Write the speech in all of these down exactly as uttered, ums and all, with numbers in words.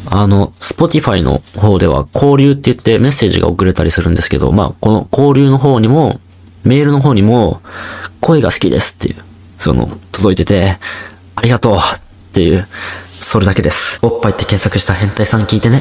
あの、Spotify の方では交流って言ってメッセージが送れたりするんですけど、まあ、この交流の方にも、メールの方にも、声が好きですっていう、その、届いてて、ありがとうっていう、それだけです。おっぱいって検索した変態さん聞いてね。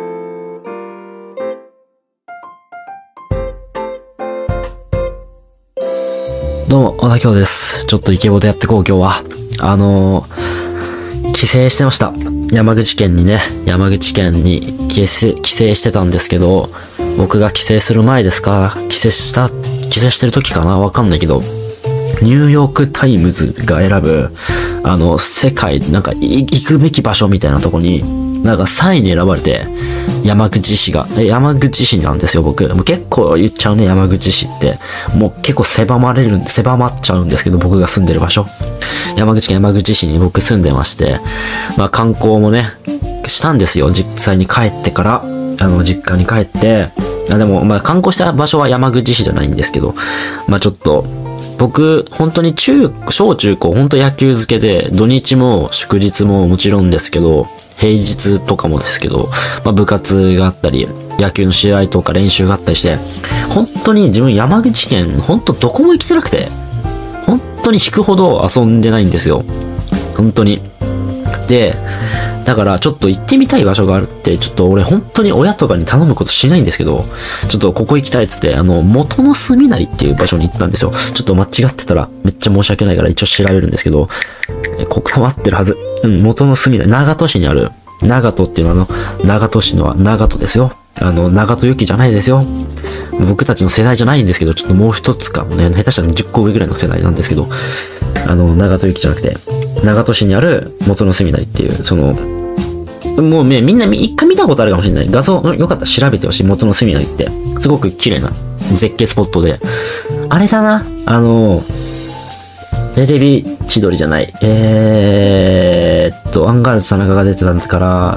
どうも、小田京です。ちょっとイケボでやってこう今日は。あのー、帰省してました。山口県にね、山口県に帰省、帰省してたんですけど、僕が帰省する前ですか、帰省した、帰省してる時かなわかんないけど、ニューヨークタイムズが選ぶ、あの、世界、なんか、行くべき場所みたいなとこに、なんかさいに選ばれて、山口市が、山口市なんですよ、僕。もう結構言っちゃうね、山口市って。もう結構狭まれる、狭まっちゃうんですけど、僕が住んでる場所。山口県山口市に僕住んでまして、まあ観光もね、したんですよ、実際に帰ってから。あの、実家に帰って。あでも、まあ観光した場所は山口市じゃないんですけど、まあちょっと、僕、本当に中、小中高、本当野球漬けで、土日も祝日ももちろんですけど、平日とかもですけど、まあ部活があったり、野球の試合とか練習があったりして、本当に自分山口県、本当どこも行きづらくて、本当に引くほど遊んでないんですよ。本当に。で、だからちょっと行ってみたい場所があるって、ちょっと俺本当に親とかに頼むことしないんですけど、ちょっとここ行きたいっつって、あの、元の住成っていう場所に行ったんですよ。ちょっと間違ってたらめっちゃ申し訳ないから一応調べるんですけど、えここは合ってるはず。うん、元の住成、長門市にある、長門っていうのはあの、長門市のは長門ですよ。あの、長門行きじゃないですよ。僕たちの世代じゃないんですけど、ちょっともう一つかもね、下手したらじゅっこ上ぐらいの世代なんですけど、あの、長門行きじゃなくて、長門市にある元の住成っていう、その、もうね、みんな一回見たことあるかもしれない。画像、よかったら調べてほしい。元の住成って。すごく綺麗な絶景スポットで。あれだな、あの、テレビ千鳥じゃない。えーっと、アンガールズ田中が出てたから、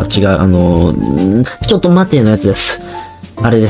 違う、あの、ちょっと待てのやつです。あれです。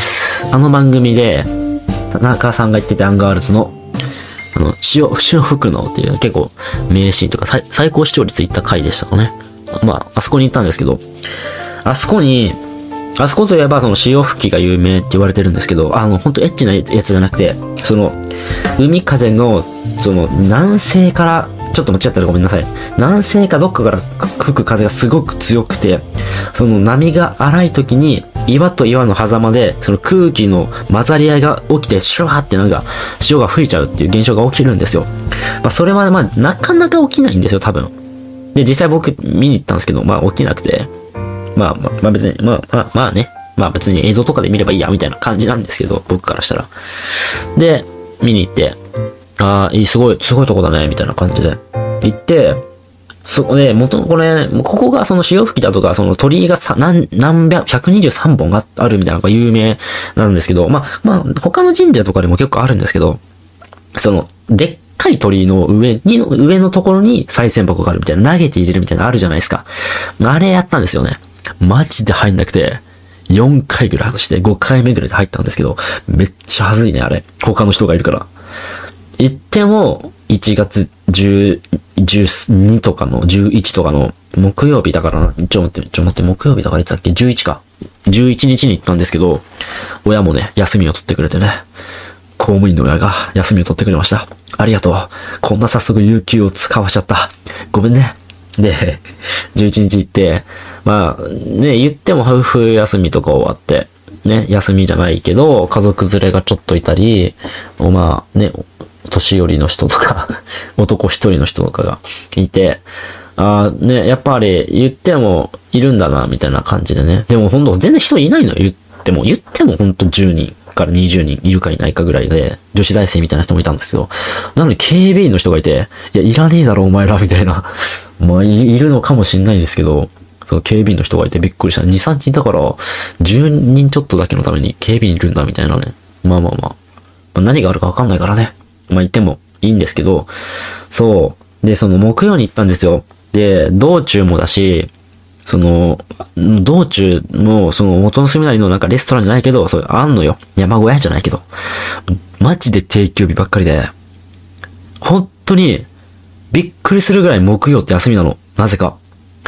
あの番組で、田中さんが言っててアンガールズの、あの、塩、塩福能っていう結構名シーンとか最、最高視聴率いった回でしたかね。まあ、あそこに行ったんですけど、あそこに、あそこといえばその潮吹きが有名って言われてるんですけど、あの、ほんとエッチなやつじゃなくて、その、海風の、その、南西から、ちょっと間違ったらごめんなさい。南西かどっかから吹く風がすごく強くて、その波が荒い時に、岩と岩の狭間で、その空気の混ざり合いが起きて、シュワーってなんか、潮が吹いちゃうっていう現象が起きるんですよ。まあ、それはまあ、なかなか起きないんですよ、多分。で、実際僕見に行ったんですけど、まあ起きなくて、まあまあ、まあ別に、まあまあまあね、まあ別に映像とかで見ればいいや、みたいな感じなんですけど、僕からしたら。で、見に行って、ああ、いい、すごい、すごいとこだね、みたいな感じで。行って、そこで、元のこれ、ここがその潮吹きだとか、その鳥居がさ、何、何百、ひゃくにじゅうさんぼんがあるみたいなのが有名なんですけど、まあ、まあ、他の神社とかでも結構あるんですけど、その、でっかい鳥居の上に、上のところに賽銭箱があるみたいな、投げて入れるみたいなのあるじゃないですか。あれやったんですよね。マジで入んなくて、よんかいぐらい外してごかいめぐらいで入ったんですけど、めっちゃ恥ずいね、あれ。他の人がいるから。行っても、いちがつじゅう、じゅうにとかの、じゅういちとかの、木曜日だからな。ちょ、待って、ちょ、待って、木曜日だからいつだっけ ?じゅういち か。じゅういちにちに行ったんですけど、親もね、休みを取ってくれてね。公務員の親が休みを取ってくれました。ありがとう。こんな早速有給を使わしちゃった。ごめんね。で、じゅういちにち行って、まあ、ね、言っても夫婦休みとか終わって、ね、休みじゃないけど、家族連れがちょっといたり、まあね、年寄りの人とか、男一人の人とかがいて、ああ、ね、やっぱり言ってもいるんだな、みたいな感じでね。でもほんと全然人いないのよ、言っても。言ってもほんとじゅうにんからにじゅうにんいるかいないかぐらいで、女子大生みたいな人もいたんですけど、なのに警備員の人がいて、いや、いらねえだろ、お前ら、みたいな。まあ、いるのかもしんないですけど、その警備員の人がいてびっくりした。に、さんにんだから、じゅうにんちょっとだけのために警備員いるんだ、みたいなね。まあまあまあ。まあ、何があるかわかんないからね。まあ言ってもいいんですけど、そう。で、その木曜に行ったんですよ。で、道中もだし、その、道中も、その元の住成のなんかレストランじゃないけど、そう、あんのよ。山小屋じゃないけど。マジで定休日ばっかりで、本当に、びっくりするぐらい木曜って休みなの。なぜか。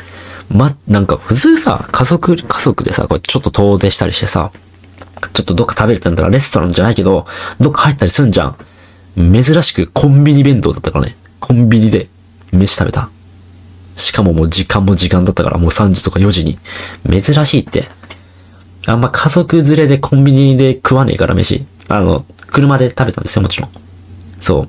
ま、なんか普通さ、家族、家族でさ、こうちょっと遠出したりしてさ、ちょっとどっか食べれたんだからレストランじゃないけど、どっか入ったりすんじゃん。珍しくコンビニ弁当だったからね。コンビニで飯食べた。しかももう時間も時間だったからもうさんじとかよじに。珍しいって。あんま家族連れでコンビニで食わねえから飯。あの、車で食べたんですよ、もちろん。そう。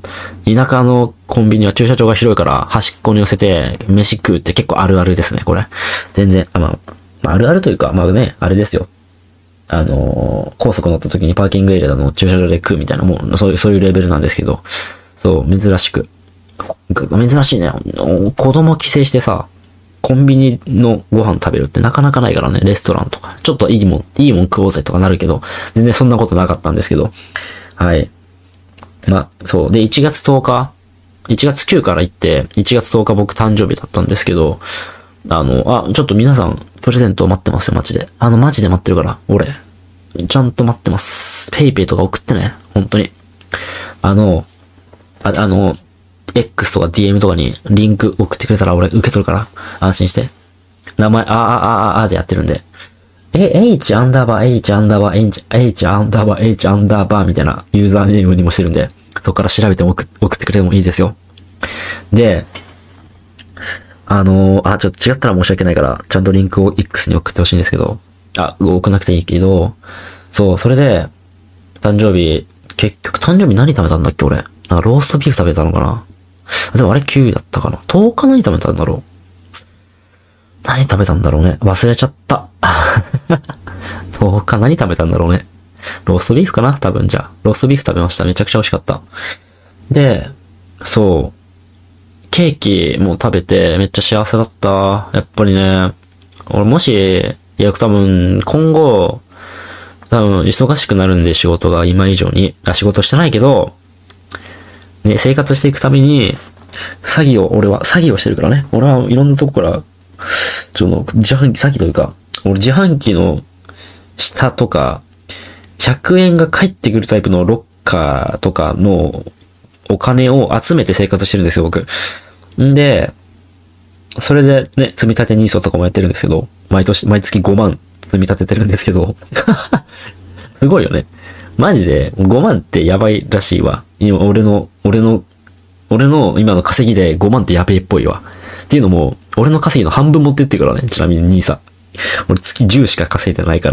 田舎のコンビニは駐車場が広いから端っこに寄せて飯食うって結構あるあるですね、これ。全然、あ、まあ、あるあるというか、まあね、あれですよ。あのー、高速乗った時にパーキングエリアの駐車場で食うみたいな、もう、そういう、そういうレベルなんですけど、そう、珍しく。珍しいね。子供帰省してさ、コンビニのご飯食べるってなかなかないからね、レストランとか。ちょっといいもん、いいもん食おうぜとかなるけど、全然そんなことなかったんですけど、はい。ま、そう。で、いちがつとおか、いちがつついたちから行って、いちがつとおか僕誕生日だったんですけど、あの、あ、ちょっと皆さん、プレゼント待ってますよ、マジで。あの、マジで待ってるから、俺。ちゃんと待ってます。ペイペイとか送ってね、本当に。あの、あ、あの、X とか ディーエム とかにリンク送ってくれたら俺受け取るから、安心して。名前、あ、あ、あ、あ、あでやってるんで。え、H アンダーバー H アンダーバー H、H アンダーバー H アンダーバーみたいなユーザーネームにもしてるんで、そこから調べても送ってくれてもいいですよ。で、あのー、あ、ちょっと違ったら申し訳ないから、ちゃんとリンクを X に送ってほしいんですけど、あ、送んなくていいけど、そう、それで、誕生日、結局誕生日何食べたんだっけ俺。なんかローストビーフ食べたのかな。でもあれきゅうだったかな。とおか何食べたんだろう。何食べたんだろうね。忘れちゃった。とおか何食べたんだろうね。ローストビーフかな多分じゃあ。ローストビーフ食べました。めちゃくちゃ美味しかった。で、そう。ケーキも食べてめっちゃ幸せだった。やっぱりね。俺もし、いや多分今後、多分忙しくなるんで仕事が今以上に。あ、仕事してないけど、ね、生活していくために、詐欺を、俺は詐欺をしてるからね。俺はいろんなとこから、ちょっと自販機、詐欺というか、俺自販機の下とか、ひゃくえんが返ってくるタイプのロッカーとかのお金を集めて生活してるんですよ、僕。んで、それでね、積み立てニーソとかもやってるんですけど、毎年、毎月ごまん積み立ててるんですけど、すごいよね。マジでごまんってやばいらしいわ。今、俺の、俺の、俺の今の稼ぎでごまんってやべえっぽいわ。っていうのも、俺の稼ぎの半分持ってってるからね、ちなみにニーサ。俺月じゅうしか稼いでないから。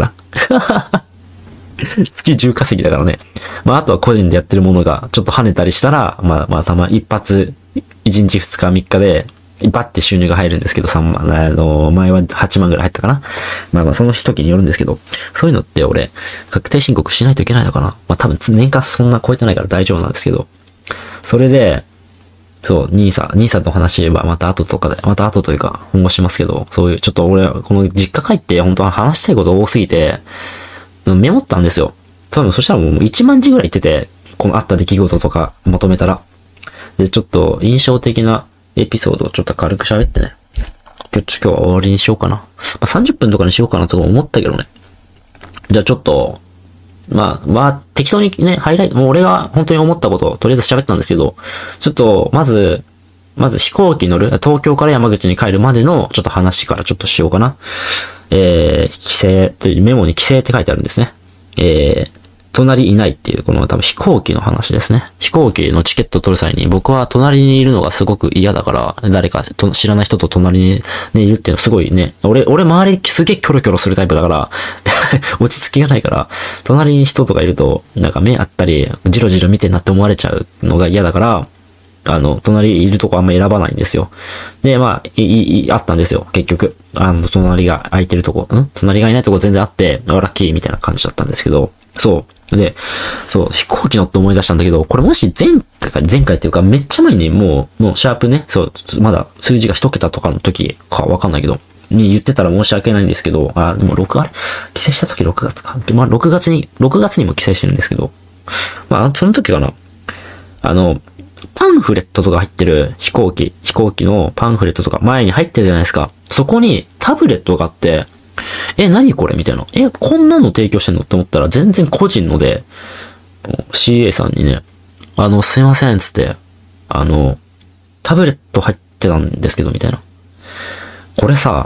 月じゅう稼ぎだからね。まあ、あとは個人でやってるものがちょっと跳ねたりしたら、まあ、まあ、たま一発、いちにちふつかみっかで、バッて収入が入るんですけど、さんまん、あの、前ははちまんぐらい入ったかな。まあまあ、その時によるんですけど、そういうのって俺、確定申告しないといけないのかな。まあ多分、年間そんな超えてないから大丈夫なんですけど、それで、そう、ニーサ、ニーサの話はまた後とかで、また後というか、今後しますけど、そういう、ちょっと俺、この実家帰って本当は話したいこと多すぎて、メモったんですよ。多分そしたらもういちまんじぐらい言ってて、このあった出来事とかまとめたら。で、ちょっと印象的なエピソードをちょっと軽く喋ってね。今日、今日は終わりにしようかな。まあ、さんじゅっぷんとかにしようかなと思ったけどね。じゃあちょっと、まあ、まあ、適当にね、ハイライト、もう俺が本当に思ったことをとりあえず喋ったんですけど、ちょっと、まず、まず飛行機乗る、東京から山口に帰るまでのちょっと話からちょっとしようかな。えー、帰省というメモに帰省って書いてあるんですね。えー、隣いないっていう、この多分飛行機の話ですね。飛行機のチケットを取る際に僕は隣にいるのがすごく嫌だから、誰かと知らない人と隣に、ね、いるっていうのはすごいね。俺、俺周りすげえキョロキョロするタイプだから、落ち着きがないから、隣に人とかいると、なんか目あったり、ジロジロ見てんなって思われちゃうのが嫌だから、あの、隣いるとこあんま選ばないんですよ。で、まあ、い、い、あったんですよ、結局。あの、隣が空いてるとこ、ん隣がいないとこ全然あって、ラッキーみたいな感じだったんですけど、そう。で、そう、飛行機乗って思い出したんだけど、これもし前回、前回っていうかめっちゃ前にもう、もうシャープね、そう、まだ数字が一桁とかの時かわかんないけど、に言ってたら申し訳ないんですけど、あ、でもろくがつ、帰省した時ろくがつか。まあ、ろくがつに、ろくがつにも帰省してるんですけど、まあ、その時かな。あの、パンフレットとか入ってる飛行機、飛行機のパンフレットとか前に入ってるじゃないですか。そこにタブレットがあって、え、何これみたいな。え、こんなの提供してんのって思ったら全然個人ので、シーエー さんにね、あの、すいません、つって、あの、タブレット入ってたんですけど、みたいな。これさ、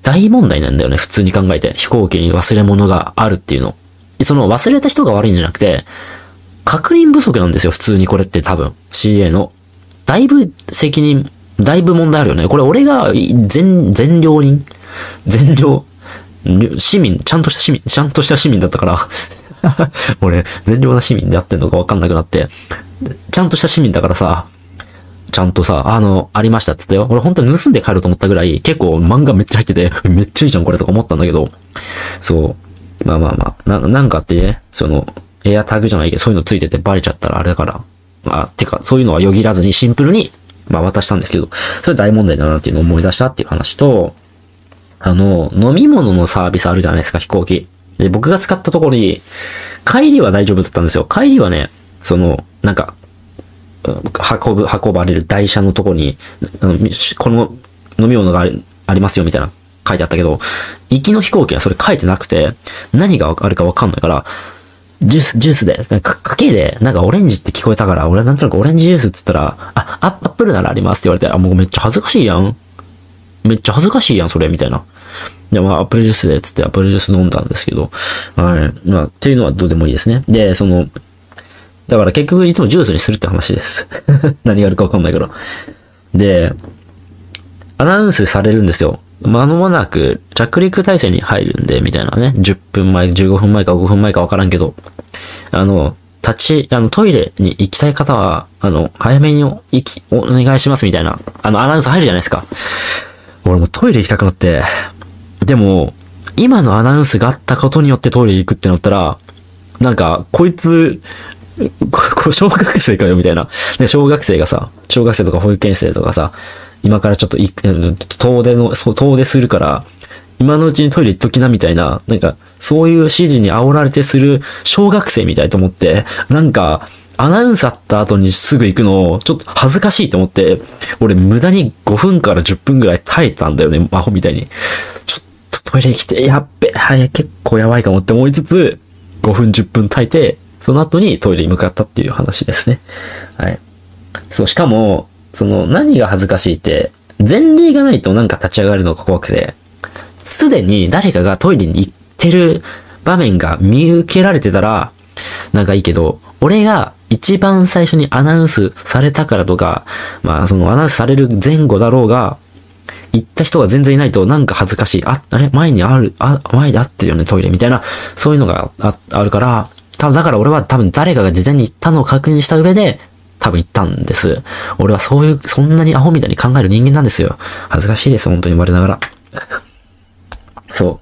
大問題なんだよね、普通に考えて。飛行機に忘れ物があるっていうの。その忘れた人が悪いんじゃなくて、確認不足なんですよ、普通にこれって多分。シーエー の。だいぶ責任、だいぶ問題あるよね。これ俺が全、全両人全両、市民、ちゃんとした市民、ちゃんとした市民だったから俺、善良な市民であってんのかわかんなくなって、ちゃんとした市民だからさ、ちゃんとさ、あの、ありましたって言ったよ。俺本当に盗んで帰ると思ったぐらい、結構漫画めっちゃ入ってて、めっちゃいいじゃんこれとか思ったんだけど、そう。まあまあまあ、な、なんかってね、その、エアタグじゃないけど、そういうのついててバレちゃったらあれだから、まあ、てか、そういうのはよぎらずにシンプルに、まあ渡したんですけど、それ大問題だなっていうのを思い出したっていう話と、あの、飲み物のサービスあるじゃないですか、飛行機。で、僕が使ったところに、帰りは大丈夫だったんですよ。帰りはね、その、なんか、運ぶ、運ばれる台車のところに、この飲み物がありますよ、みたいな書いてあったけど、行きの飛行機はそれ書いてなくて、何があるかわかんないから、ジュース、ジュースで、か、かけで、なんかオレンジって聞こえたから、俺なんとなくオレンジジュースって言ったら、あ、アップルならありますって言われて、あ、もうめっちゃ恥ずかしいやん。めっちゃ恥ずかしいやん、それ、みたいな。で、まあ、アップルジュースで、つってアップルジュース飲んだんですけど、はい。まあ、っていうのはどうでもいいですね。で、その、だから結局いつもジュースにするって話です。何があるかわかんないから。で、アナウンスされるんですよ。間もなく着陸態勢に入るんで、みたいなね。じゅっぷんまえ、じゅうごふんまえかごふんまえかわからんけど、あの、立ち、あの、トイレに行きたい方は、あの、早めに行き、お願いしますみたいな、あの、アナウンス入るじゃないですか。俺もトイレ行きたくなって、でも、今のアナウンスがあったことによってトイレ行くってなったら、なんか、こいつ、こ小学生かよみたいな。で、小学生がさ、小学生とか保育園生とかさ、今からちょっとい、遠出の、そう、遠出するから、今のうちにトイレ行っときなみたいな、なんか、そういう指示に煽られてする小学生みたいと思って、なんか、アナウンスあった後にすぐ行くの、ちょっと恥ずかしいと思って、俺無駄にごふんからじゅっぷんぐらい耐えたんだよね、アホみたいに。ちょっとトイレ来て、やっべ、はい、結構やばいかもって思いつつ、ごふんじゅっぷん耐えて、その後にトイレに向かったっていう話ですね。はい。そう、しかも、その、何が恥ずかしいって、前例がないとなんか立ち上がるのが怖くて、すでに誰かがトイレに行ってる場面が見受けられてたら、なんかいいけど、俺が一番最初にアナウンスされたからとか、まあそのアナウンスされる前後だろうが、行った人が全然いないとなんか恥ずかしい。あ、あれ前にある、あ、前であってるよね、トイレみたいな、そういうのが あ, あるから、多分だから俺は多分誰かが事前に行ったのを確認した上で、多分行ったんです。俺はそういう、そんなにアホみたいに考える人間なんですよ。恥ずかしいです、本当に我ながら。そう。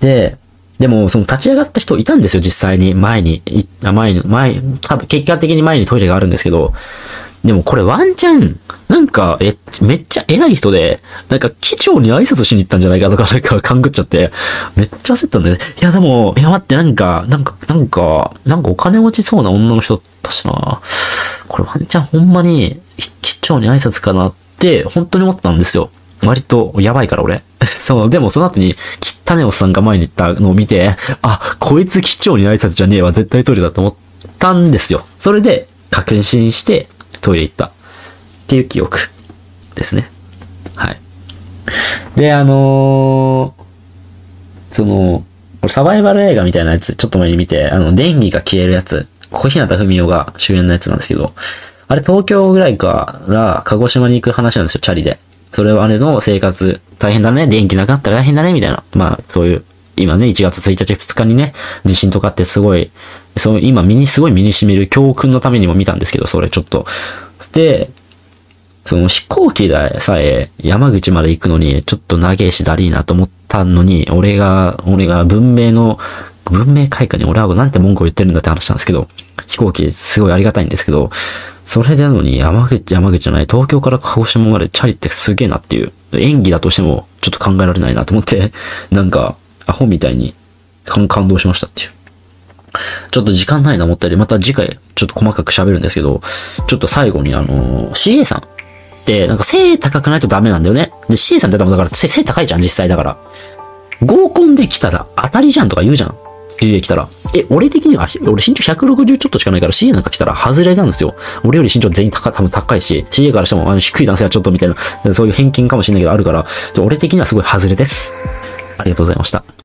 で、でも、その立ち上がった人いたんですよ、実際に。前に、前に、前、多分結果的に前にトイレがあるんですけど、でもこれワンチャン、なんか、え、めっちゃ偉い人で、なんか機長に挨拶しに行ったんじゃないかとか、なんか勘ぐっちゃって、めっちゃ焦ったんで、ね、いやでも、いや待って、なんか、なんか、なんか、なんかお金持ちそうな女の人だったしな。これワンチャンほんまに、機長に挨拶かなって、本当に思ったんですよ。割と、やばいから俺。そう、でもその後に、汚ねおっさんが前に行ったのを見て、あ、こいつ機長に挨拶じゃねえわ、絶対トイレだと思ったんですよ。それで、確信して、トイレ行った。っていう記憶ですね。はい。で、あのー、その、サバイバル映画みたいなやつ、ちょっと前に見て、あの、電気が消えるやつ、小日向文世が主演のやつなんですけど、あれ東京ぐらいから鹿児島に行く話なんですよ、チャリで。それはあれの生活、大変だね、電気なくなったら大変だね、みたいな。まあ、そういう、今ね、いちがつついたちふつかにね、地震とかってすごい、そう、今身にすごい身に染みる教訓のためにも見たんですけど、それちょっと。で、その飛行機でさえ山口まで行くのに、ちょっと長えしだりーなと思ったのに、俺が、俺が文明の、文明開化に俺はなんて文句を言ってるんだって話なんですけど、飛行機すごいありがたいんですけど、それなのに山口、山口じゃない、東京から鹿児島までチャリってすげえなっていう、演技だとしてもちょっと考えられないなと思って、なんか、アホみたいに感動しましたっていう。ちょっと時間ないな思ったり、また次回ちょっと細かく喋るんですけど、ちょっと最後にあの、シーエー さんって、なんか背高くないとダメなんだよね。で、シーエー さんって多分だから背高いじゃん、実際だから。合コンで来たら当たりじゃんとか言うじゃん。 シーエー 来たら。え、俺的には、俺身長ひゃくろくじゅうちょっとしかないから シーエー なんか来たら外れなんですよ。俺より身長全員高、多分高いし、シーエー からしてもあの低い男性はちょっとみたいな、そういう偏見かもしれないけどあるから、俺的にはすごい外れです。ありがとうございました。